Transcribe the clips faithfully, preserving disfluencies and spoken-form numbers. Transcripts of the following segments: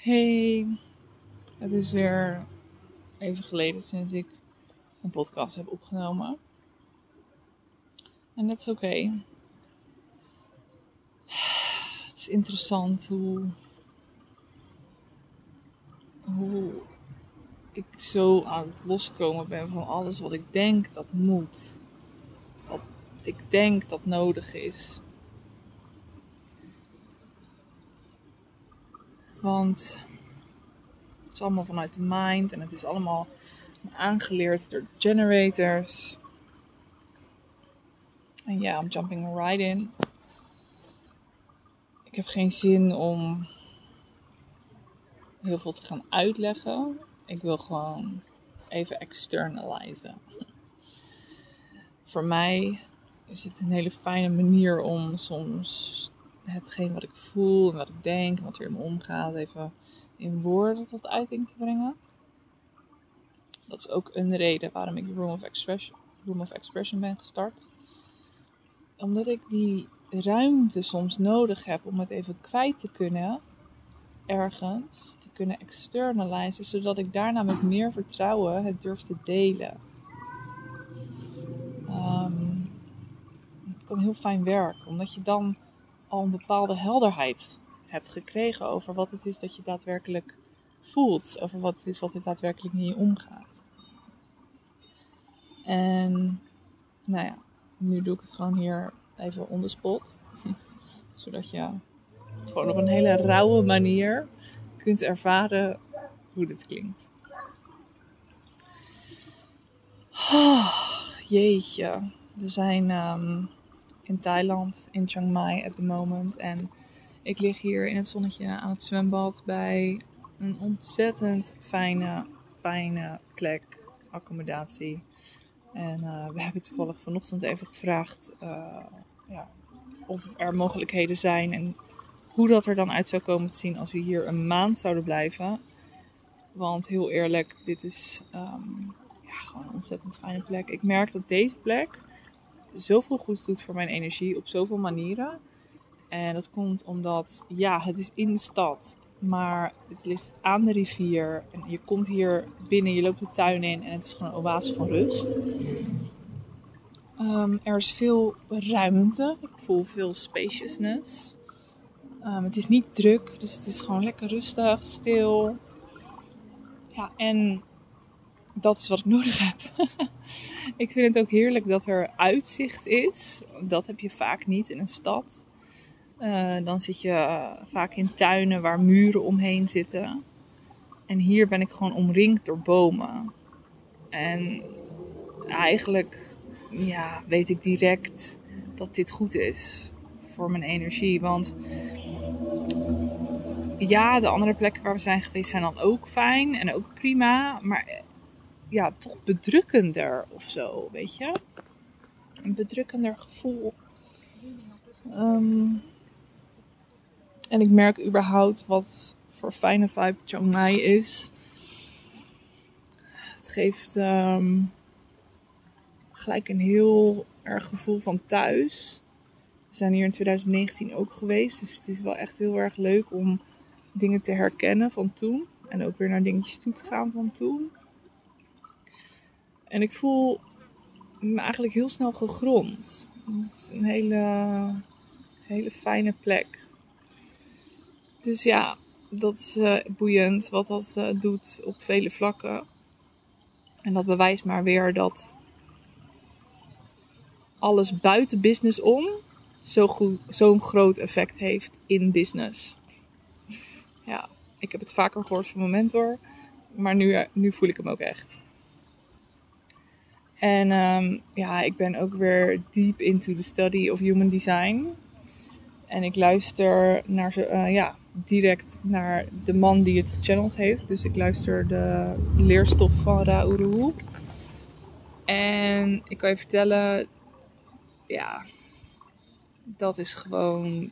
Hey, het is weer even geleden sinds ik een podcast heb opgenomen. En dat is oké. Okay. Het is interessant hoe, hoe ik zo aan het loskomen ben van alles wat ik denk dat moet. Wat ik denk dat nodig is. Want het is allemaal vanuit de mind en het is allemaal aangeleerd door generators. En ja, I'm jumping right in. Ik heb geen zin om heel veel te gaan uitleggen. Ik wil gewoon even externalizen. Voor mij is het een hele fijne manier om soms hetgeen wat ik voel en wat ik denk en wat er in me omgaat even in woorden tot uiting te brengen. Dat is ook een reden waarom ik Room of Expression, Room of Expression ben gestart. Omdat ik die ruimte soms nodig heb om het even kwijt te kunnen. Ergens te kunnen externalizen, zodat ik daarna met meer vertrouwen het durf te delen. Um, het kan heel fijn werken, omdat je dan al een bepaalde helderheid hebt gekregen over wat het is dat je daadwerkelijk voelt, over wat het is wat er daadwerkelijk in je omgaat. En nou ja, nu doe ik het gewoon hier even on the spot, zodat je gewoon op een hele rauwe manier kunt ervaren hoe dit klinkt. Oh, jeetje. We zijn um, in Thailand, in Chiang Mai at the moment. En ik lig hier in het zonnetje aan het zwembad bij een ontzettend fijne, fijne plek, accommodatie. En uh, we hebben toevallig vanochtend even gevraagd uh, ja, of er mogelijkheden zijn en hoe dat er dan uit zou komen te zien als we hier een maand zouden blijven. Want heel eerlijk, dit is um, ja, gewoon een ontzettend fijne plek. Ik merk dat deze plek zoveel goed doet voor mijn energie op zoveel manieren. En dat komt omdat, ja, het is in de stad, maar het ligt aan de rivier. En je komt hier binnen, je loopt de tuin in en het is gewoon een oase van rust. Um, er is veel ruimte, ik voel veel spaciousness. Um, het is niet druk, dus het is gewoon lekker rustig, stil. Ja, en dat is wat ik nodig heb. Ik vind het ook heerlijk dat er uitzicht is. Dat heb je vaak niet in een stad. Uh, dan zit je uh, vaak in tuinen waar muren omheen zitten. En hier ben ik gewoon omringd door bomen. En eigenlijk ja, weet ik direct dat dit goed is voor mijn energie. Want ja, de andere plekken waar we zijn geweest zijn dan ook fijn en ook prima. Maar ja, toch bedrukkender of zo, weet je. Een bedrukkender gevoel. Um, en ik merk überhaupt wat voor fijne vibe Chiang Mai is. Het geeft um, gelijk een heel erg gevoel van thuis. We zijn hier in twintig negentien ook geweest. Dus het is wel echt heel erg leuk om dingen te herkennen van toen. En ook weer naar dingetjes toe te gaan van toen. En ik voel me eigenlijk heel snel gegrond. Het is een hele, hele fijne plek. Dus ja, dat is uh, boeiend wat dat uh, doet op vele vlakken. En dat bewijst maar weer dat alles buiten business om zo goed, zo'n groot effect heeft in business. Ja, ik heb het vaker gehoord van mijn mentor, maar nu, nu voel ik hem ook echt. En um, ja, ik ben ook weer deep into the study of human design. En ik luister naar ze, uh, ja, direct naar de man die het gechanneld heeft. Dus ik luister de leerstof van Ra Uru Hu. En ik kan je vertellen, ja, dat is gewoon,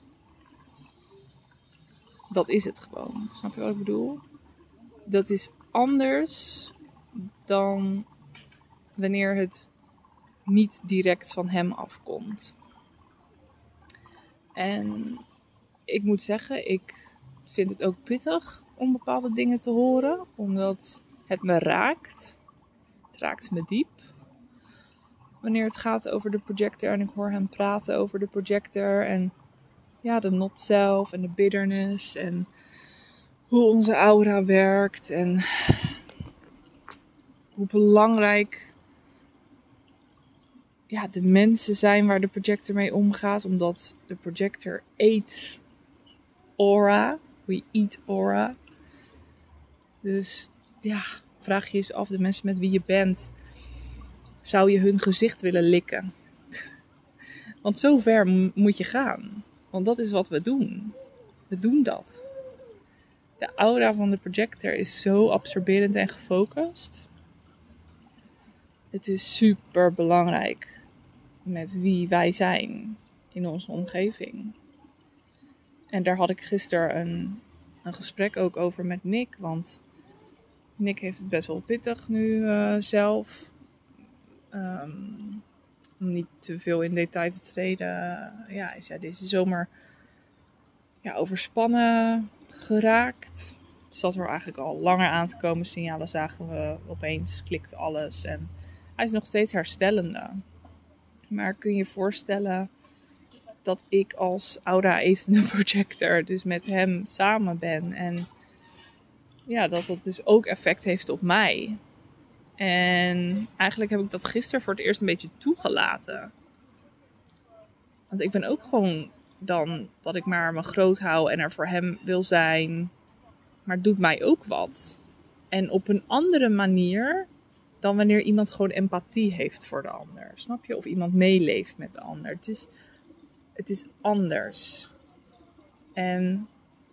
dat is het gewoon. Snap je wat ik bedoel? Dat is anders dan wanneer het niet direct van hem afkomt. En ik moet zeggen, ik vind het ook pittig om bepaalde dingen te horen. Omdat het me raakt. Het raakt me diep. Wanneer het gaat over de projector en ik hoor hem praten over de projector. En ja, de not self en de bitterness. En hoe onze aura werkt. En hoe belangrijk ja, de mensen zijn waar de projector mee omgaat. Omdat de projector eet aura. We eat aura. Dus ja, vraag je eens af, de mensen met wie je bent, zou je hun gezicht willen likken? Want zo ver m- moet je gaan. Want dat is wat we doen. We doen dat. De aura van de projector is zo absorberend en gefocust. Het is super belangrijk met wie wij zijn in onze omgeving. En daar had ik gisteren een, een gesprek ook over met Nick. Want Nick heeft het best wel pittig nu uh, zelf. Um, om niet te veel in detail te treden. Ja, hij zei deze zomer ja, overspannen geraakt. Het zat er eigenlijk al langer aan te komen. Signalen zagen we opeens, klikte alles. En hij is nog steeds herstellende. Maar kun je je voorstellen dat ik als aura-etende projector dus met hem samen ben. En ja, dat dat dus ook effect heeft op mij. En eigenlijk heb ik dat gisteren voor het eerst een beetje toegelaten. Want ik ben ook gewoon dan dat ik maar me groot hou en er voor hem wil zijn. Maar het doet mij ook wat. En op een andere manier dan wanneer iemand gewoon empathie heeft voor de ander. Snap je? Of iemand meeleeft met de ander. Het is, het is anders. En,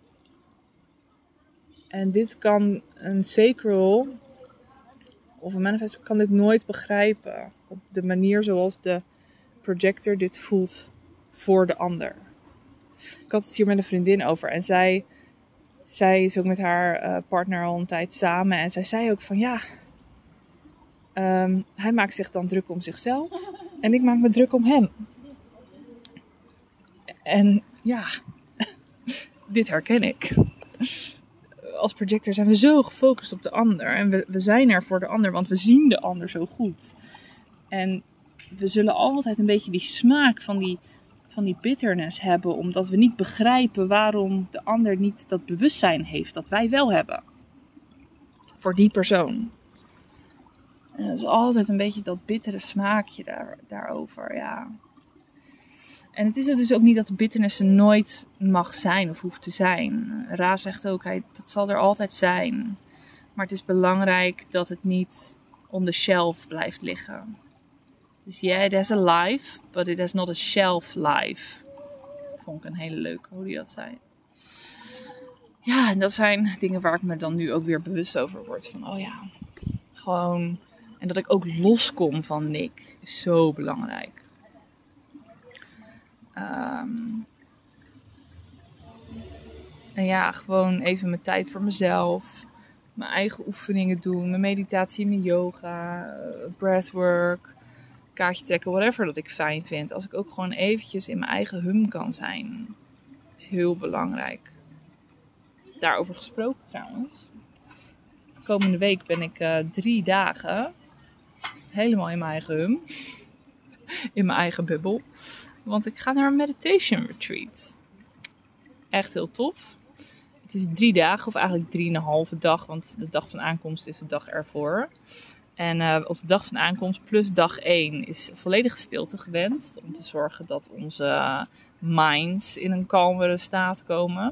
en dit kan een sacral of een manifest kan dit nooit begrijpen. Op de manier zoals de projector dit voelt voor de ander. Ik had het hier met een vriendin over. En zij, zij is ook met haar uh, partner al een tijd samen. En zij zei ook van ja, um, hij maakt zich dan druk om zichzelf. En ik maak me druk om hem. En ja, dit herken ik. Als projector zijn we zo gefocust op de ander. En we, we zijn er voor de ander, want we zien de ander zo goed. En we zullen altijd een beetje die smaak van die, van die bitterness hebben. Omdat we niet begrijpen waarom de ander niet dat bewustzijn heeft dat wij wel hebben. Voor die persoon. En dat is altijd een beetje dat bittere smaakje daar, daarover, ja. En het is dus ook niet dat de bitterness er nooit mag zijn of hoeft te zijn. Ra zegt ook, hij, dat zal er altijd zijn. Maar het is belangrijk dat het niet on the shelf blijft liggen. Dus ja, yeah, it has a life, but it has not a shelf life. Vond ik een hele leuke hoe hij dat zei. Ja, en dat zijn dingen waar ik me dan nu ook weer bewust over word. Van oh ja, gewoon. En dat ik ook loskom van Nick is zo belangrijk. Um, en ja, gewoon even mijn tijd voor mezelf. Mijn eigen oefeningen doen. Mijn meditatie, mijn yoga. Breathwork. Kaartje trekken, whatever dat ik fijn vind. Als ik ook gewoon eventjes in mijn eigen hum kan zijn. Is heel belangrijk. Daarover gesproken trouwens. Komende week ben ik uh, drie dagen. Helemaal in mijn eigen hum. In mijn eigen bubbel. Want ik ga naar een meditation retreat. Echt heel tof. Het is drie dagen, of eigenlijk drieënhalve dag. Want de dag van aankomst is de dag ervoor. En uh, op de dag van aankomst plus dag één is volledige stilte gewenst. Om te zorgen dat onze minds in een kalmere staat komen.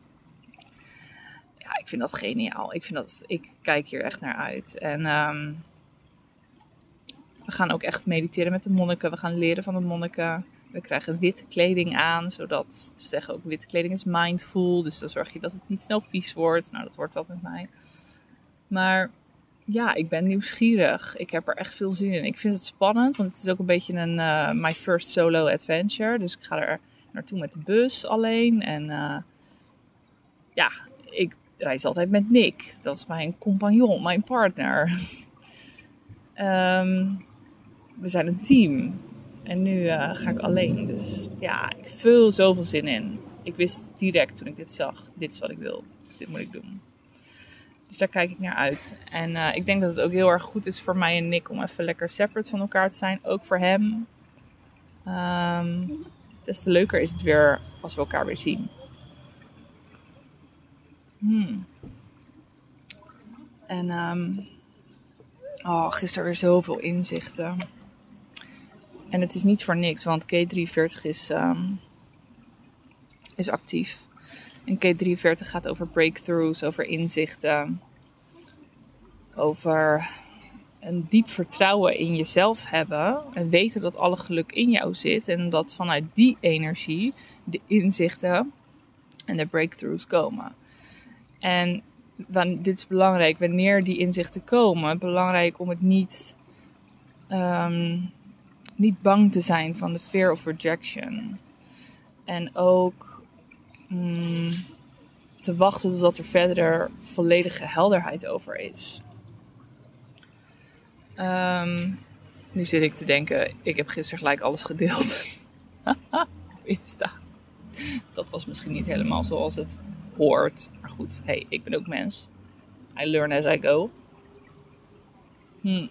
Ja, ik vind dat geniaal. Ik, vind dat, ik kijk hier echt naar uit. En um, we gaan ook echt mediteren met de monniken. We gaan leren van de monniken. We krijgen witte kleding aan, zodat ze zeggen ook witte kleding is mindful. Dus dan zorg je dat het niet snel vies wordt. Nou, dat wordt wel met mij. Maar ja, ik ben nieuwsgierig. Ik heb er echt veel zin in. Ik vind het spannend, want het is ook een beetje een uh, my first solo adventure. Dus ik ga er naartoe met de bus alleen. En uh, ja, ik reis altijd met Nick. Dat is mijn compagnon, mijn partner. um, we zijn een team. En nu uh, ga ik alleen. Dus ja, ik heb veel zoveel zin in. ik wist direct toen ik dit zag, dit is wat ik wil. Dit moet ik doen. Dus daar kijk ik naar uit. En uh, ik denk dat het ook heel erg goed is voor mij en Nick om even lekker separate van elkaar te zijn. Ook voor hem. Um, des te leuker is het weer als we elkaar weer zien. Hmm. En um, oh, gisteren weer zoveel inzichten. En het is niet voor niks, want K drieënveertig is, um, is actief. En K drieënveertig gaat over breakthroughs, over inzichten. Over een diep vertrouwen in jezelf hebben. En weten dat alle geluk in jou zit. En dat vanuit die energie de inzichten en de breakthroughs komen. En dit is belangrijk, wanneer die inzichten komen. Belangrijk om het niet, um, niet bang te zijn van de fear of rejection. En ook um, te wachten totdat er verder volledige helderheid over is. Um, nu zit ik te denken, ik heb gisteren gelijk alles gedeeld op Insta. Dat was misschien niet helemaal zoals het hoort. Maar goed, hey, ik ben ook mens. I learn as I go. Hmm.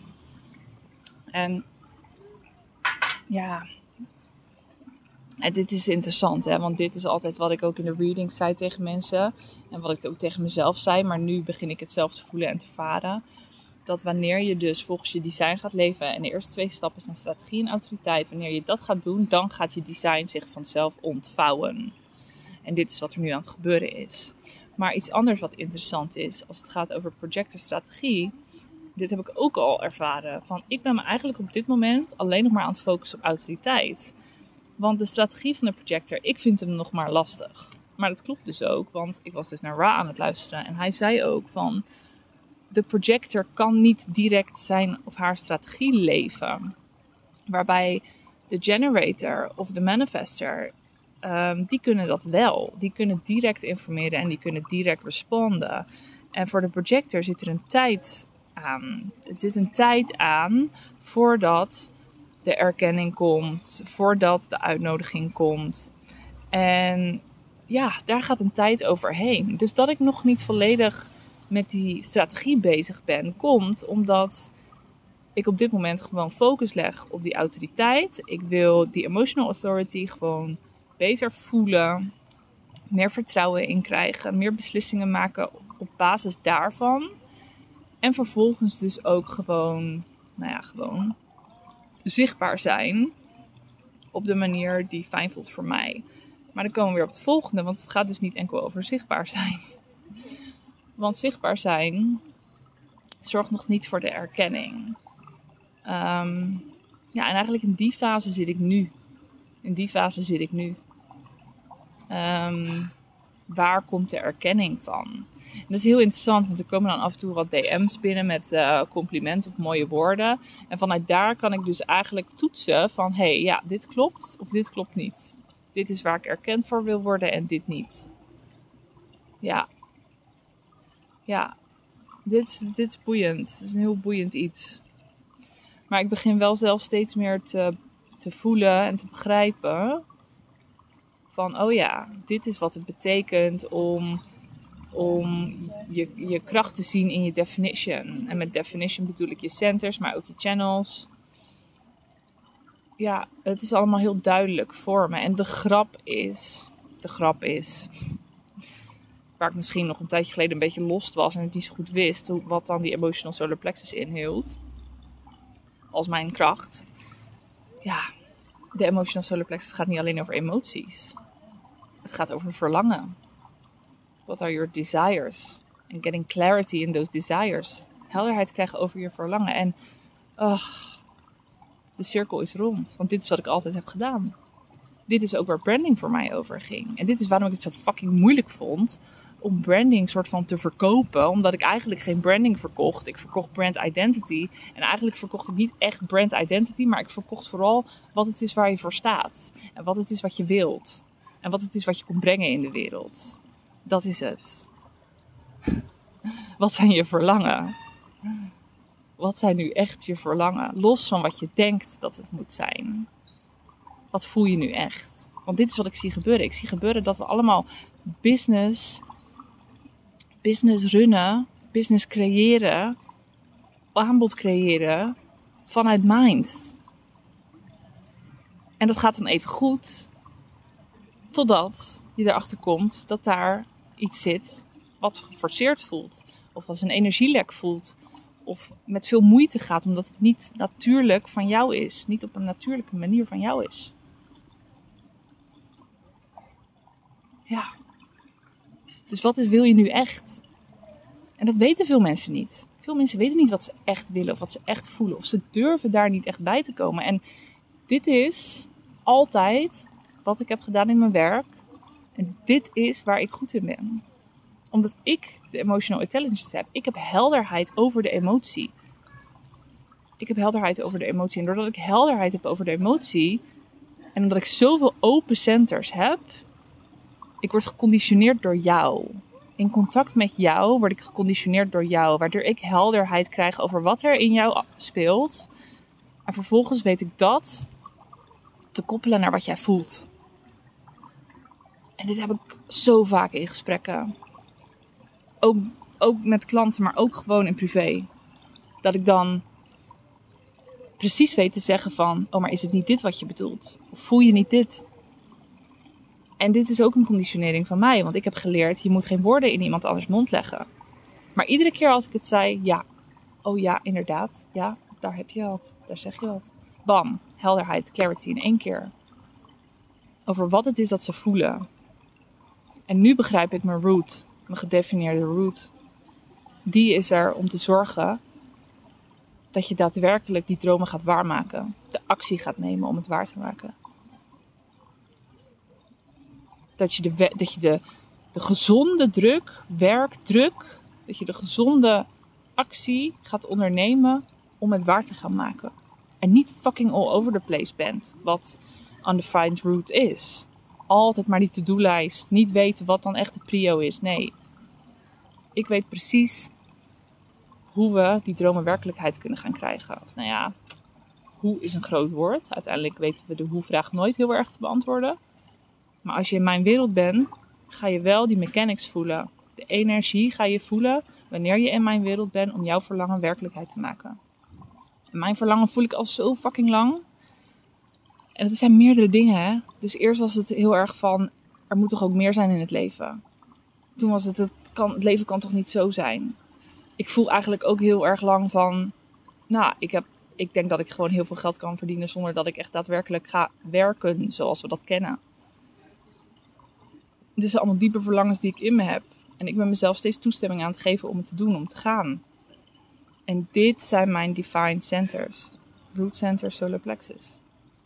En ja, en dit is interessant, hè? Want dit is altijd wat ik ook in de readings zei tegen mensen. En wat ik ook tegen mezelf zei. Maar nu begin ik het zelf te voelen en te varen. Dat wanneer je dus volgens je design gaat leven. En de eerste twee stappen zijn strategie en autoriteit. Wanneer je dat gaat doen, dan gaat je design zich vanzelf ontvouwen. En dit is wat er nu aan het gebeuren is. Maar iets anders wat interessant is, als het gaat over projectorstrategie. Dit heb ik ook al ervaren. Van, ik ben me eigenlijk op dit moment alleen nog maar aan het focussen op autoriteit. Want de strategie van de projector, ik vind hem nog maar lastig. Maar dat klopt dus ook, want ik was dus naar Ra aan het luisteren. En hij zei ook van, de projector kan niet direct zijn of haar strategie leven. Waarbij de generator of de manifester, um, die kunnen dat wel. Die kunnen direct informeren en die kunnen direct responden. En voor de projector zit er een tijd aan. Er zit een tijd aan voordat de erkenning komt, voordat de uitnodiging komt. En ja, daar gaat een tijd overheen. Dus dat ik nog niet volledig met die strategie bezig ben, komt omdat ik op dit moment gewoon focus leg op die autoriteit. Ik wil die emotional authority gewoon beter voelen, meer vertrouwen in krijgen, meer beslissingen maken op basis daarvan. En vervolgens dus ook gewoon, nou ja, gewoon zichtbaar zijn op de manier die fijn voelt voor mij. Maar dan komen we weer op het volgende, want het gaat dus niet enkel over zichtbaar zijn. Want zichtbaar zijn zorgt nog niet voor de erkenning. Um, ja, en eigenlijk in die fase zit ik nu. In die fase zit ik nu. Um, waar komt de erkenning van? En dat is heel interessant, want er komen dan af en toe wat D M's binnen met uh, complimenten of mooie woorden. En vanuit daar kan ik dus eigenlijk toetsen van, hé, hey, ja, dit klopt of dit klopt niet. Dit is waar ik erkend voor wil worden en dit niet. Ja. Ja, dit is, dit is boeiend. Het is een heel boeiend iets. Maar ik begin wel zelf steeds meer te, te voelen en te begrijpen van, oh ja, dit is wat het betekent om, om je, je kracht te zien in je definition. En met definition bedoel ik je centers, maar ook je channels. Ja, het is allemaal heel duidelijk voor me. En de grap is, de grap is, waar ik misschien nog een tijdje geleden een beetje lost was en het niet zo goed wist, wat dan die emotional solar plexus inhield. Als mijn kracht. Ja, de emotional solar plexus gaat niet alleen over emoties. Het gaat over verlangen. What are your desires? And getting clarity in those desires. Helderheid krijgen over je verlangen. En oh, de cirkel is rond. Want dit is wat ik altijd heb gedaan. Dit is ook waar branding voor mij over ging. En dit is waarom ik het zo fucking moeilijk vond om branding soort van te verkopen. Omdat ik eigenlijk geen branding verkocht. Ik verkocht brand identity. En eigenlijk verkocht ik niet echt brand identity. Maar ik verkocht vooral wat het is waar je voor staat. En wat het is wat je wilt. En wat het is wat je komt brengen in de wereld. Dat is het. Wat zijn je verlangen? Wat zijn nu echt je verlangen? Los van wat je denkt dat het moet zijn. Wat voel je nu echt? Want dit is wat ik zie gebeuren. Ik zie gebeuren dat we allemaal business, business runnen, business creëren, aanbod creëren vanuit mind. En dat gaat dan even goed, totdat je erachter komt dat daar iets zit wat geforceerd voelt. Of als een energielek voelt. Of met veel moeite gaat, omdat het niet natuurlijk van jou is. Niet op een natuurlijke manier van jou is. Ja. Dus wat is, wil je nu echt? En dat weten veel mensen niet. Veel mensen weten niet wat ze echt willen of wat ze echt voelen. Of ze durven daar niet echt bij te komen. En dit is altijd wat ik heb gedaan in mijn werk. En dit is waar ik goed in ben. Omdat ik de emotional intelligence heb. Ik heb helderheid over de emotie. Ik heb helderheid over de emotie. En doordat ik helderheid heb over de emotie. En omdat ik zoveel open centers heb. Ik word geconditioneerd door jou. In contact met jou word ik geconditioneerd door jou. Waardoor ik helderheid krijg over wat er in jou speelt. En vervolgens weet ik dat te koppelen naar wat jij voelt. En dit heb ik zo vaak in gesprekken. Ook, ook met klanten, maar ook gewoon in privé. Dat ik dan precies weet te zeggen van... Oh, maar is het niet dit wat je bedoelt? Of voel je niet dit? En dit is ook een conditionering van mij. Want ik heb geleerd, je moet geen woorden in iemand anders mond leggen. Maar iedere keer als ik het zei, ja. Oh ja, inderdaad. Ja, daar heb je wat. Daar zeg je wat. Bam, helderheid, clarity in één keer. Over wat het is dat ze voelen. En nu begrijp ik mijn root. Mijn gedefinieerde root. Die is er om te zorgen dat je daadwerkelijk die dromen gaat waarmaken. De actie gaat nemen om het waar te maken. Dat je de, dat je de, de gezonde druk, werkdruk, dat je de gezonde actie gaat ondernemen om het waar te gaan maken. En niet fucking all over the place bent, wat undefined route is. Altijd maar die to-do-lijst, niet weten wat dan echt de prio is. Nee, ik weet precies hoe we die dromen werkelijkheid kunnen gaan krijgen. Of nou ja, hoe is een groot woord. Uiteindelijk weten we de hoe-vraag nooit heel erg te beantwoorden. Maar als je in mijn wereld bent, ga je wel die mechanics voelen. De energie ga je voelen wanneer je in mijn wereld bent om jouw verlangen werkelijkheid te maken. En mijn verlangen voel ik al zo fucking lang. En het zijn meerdere dingen, hè. Dus eerst was het heel erg van, er moet toch ook meer zijn in het leven. Toen was het, het, kan, het leven kan toch niet zo zijn. Ik voel eigenlijk ook heel erg lang van, nou, ik, heb, ik denk dat ik gewoon heel veel geld kan verdienen zonder dat ik echt daadwerkelijk ga werken zoals we dat kennen. Dit zijn allemaal diepe verlangens die ik in me heb. En ik ben mezelf steeds toestemming aan het geven om het te doen, om te gaan. En dit zijn mijn defined centers. Root center, solar plexus.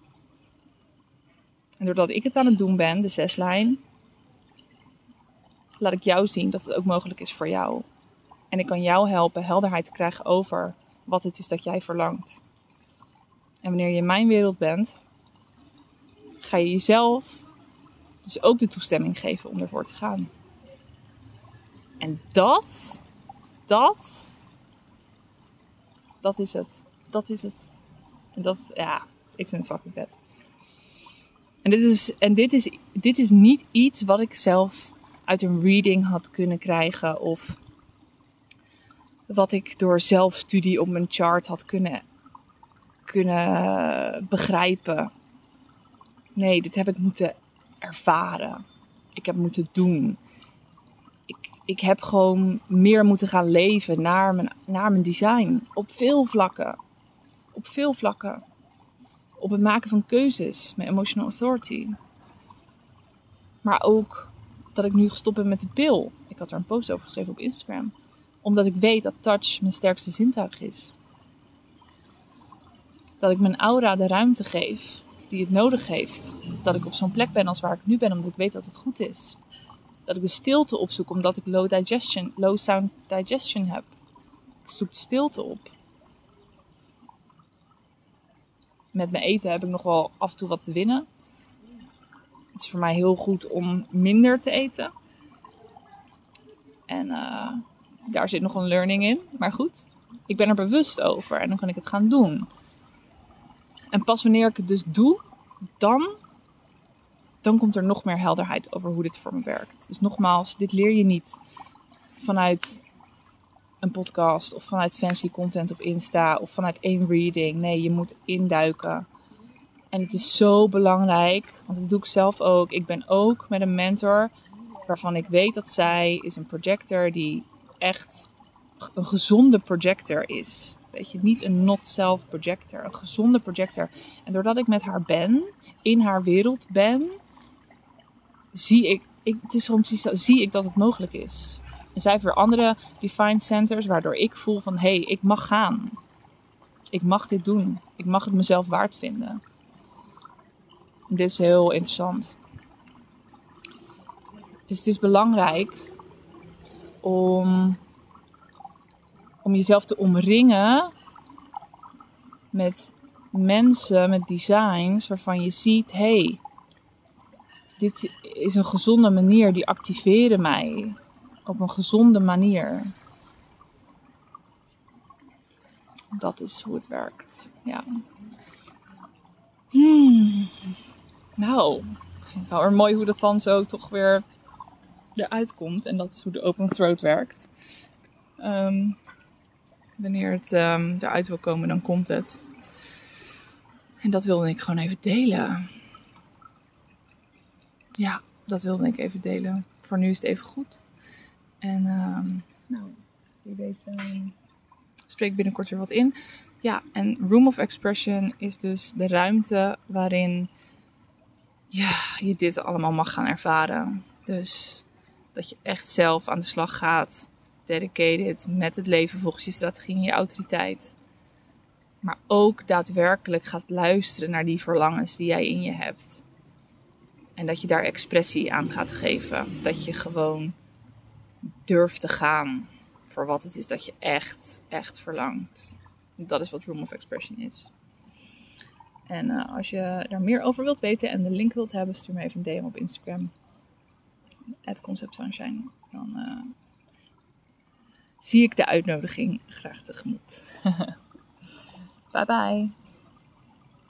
En doordat ik het aan het doen ben, de zeslijn, laat ik jou zien dat het ook mogelijk is voor jou. En ik kan jou helpen helderheid te krijgen over wat het is dat jij verlangt. En wanneer je in mijn wereld bent, ga je jezelf dus ook de toestemming geven om ervoor te gaan. En dat, dat, dat is het. Dat is het. En dat, ja, ik vind het fucking vet. En dit is, en dit is, dit is niet iets wat ik zelf uit een reading had kunnen krijgen. Of wat ik door zelfstudie op mijn chart had kunnen, kunnen begrijpen. Nee, dit heb ik moeten ervaren. Ik heb moeten doen. Ik, ik heb gewoon meer moeten gaan leven naar mijn, naar mijn design. Op veel vlakken. Op veel vlakken. Op het maken van keuzes. Mijn emotional authority. Maar ook dat ik nu gestopt ben met de pil. Ik had er een post over geschreven op Instagram. Omdat ik weet dat touch mijn sterkste zintuig is. Dat ik mijn aura de ruimte geef die het nodig heeft. Dat ik op zo'n plek ben als waar ik nu ben, omdat ik weet dat het goed is. Dat ik de stilte opzoek, omdat ik low digestion, low sound digestion heb. Ik zoek de stilte op. Met mijn eten heb ik nog wel af en toe wat te winnen. Het is voor mij heel goed om minder te eten. En uh, daar zit nog een learning in. Maar goed, ik ben er bewust over en dan kan ik het gaan doen. En pas wanneer ik het dus doe, dan dan komt er nog meer helderheid over hoe dit voor me werkt. Dus nogmaals, dit leer je niet vanuit een podcast of vanuit fancy content op Insta of vanuit één reading. Nee, je moet induiken. En het is zo belangrijk, want dat doe ik zelf ook. Ik ben ook met een mentor waarvan ik weet dat zij is een projector die echt een gezonde projector is. Weet je, niet een not-self projector, een gezonde projector. En doordat ik met haar ben, in haar wereld ben, zie ik, ik het is gewoon precies zo, zie ik dat het mogelijk is. En zij heeft weer andere defined centers, waardoor ik voel van, hé, hey, ik mag gaan. Ik mag dit doen. Ik mag het mezelf waard vinden. Dit is heel interessant. Dus het is belangrijk om, om jezelf te omringen met mensen, met designs waarvan je ziet, hé, hey, dit is een gezonde manier, die activeren mij op een gezonde manier. Dat is hoe het werkt. Ja. Hmm. Nou, ik vind het wel weer mooi hoe dat dan zo toch weer eruit komt. En dat is hoe de open throat werkt. Um, wanneer het um, eruit wil komen, dan komt het. En dat wilde ik gewoon even delen. Ja, dat wilde ik even delen. Voor nu is het even goed. En um, nou, wie weet um, spreek ik binnenkort weer wat in. Ja, en Room of Expression is dus de ruimte waarin ja, je dit allemaal mag gaan ervaren. Dus dat je echt zelf aan de slag gaat. Dedicated met het leven volgens je strategie en je autoriteit. Maar ook daadwerkelijk gaat luisteren naar die verlangens die jij in je hebt. En dat je daar expressie aan gaat geven. Dat je gewoon durft te gaan voor wat het is dat je echt, echt verlangt. Dat is wat Room of Expression is. En uh, als je daar meer over wilt weten en de link wilt hebben, stuur me even een D M op Instagram. at Concept Sunshine. Dan uh, zie ik de uitnodiging graag tegemoet. Bye bye.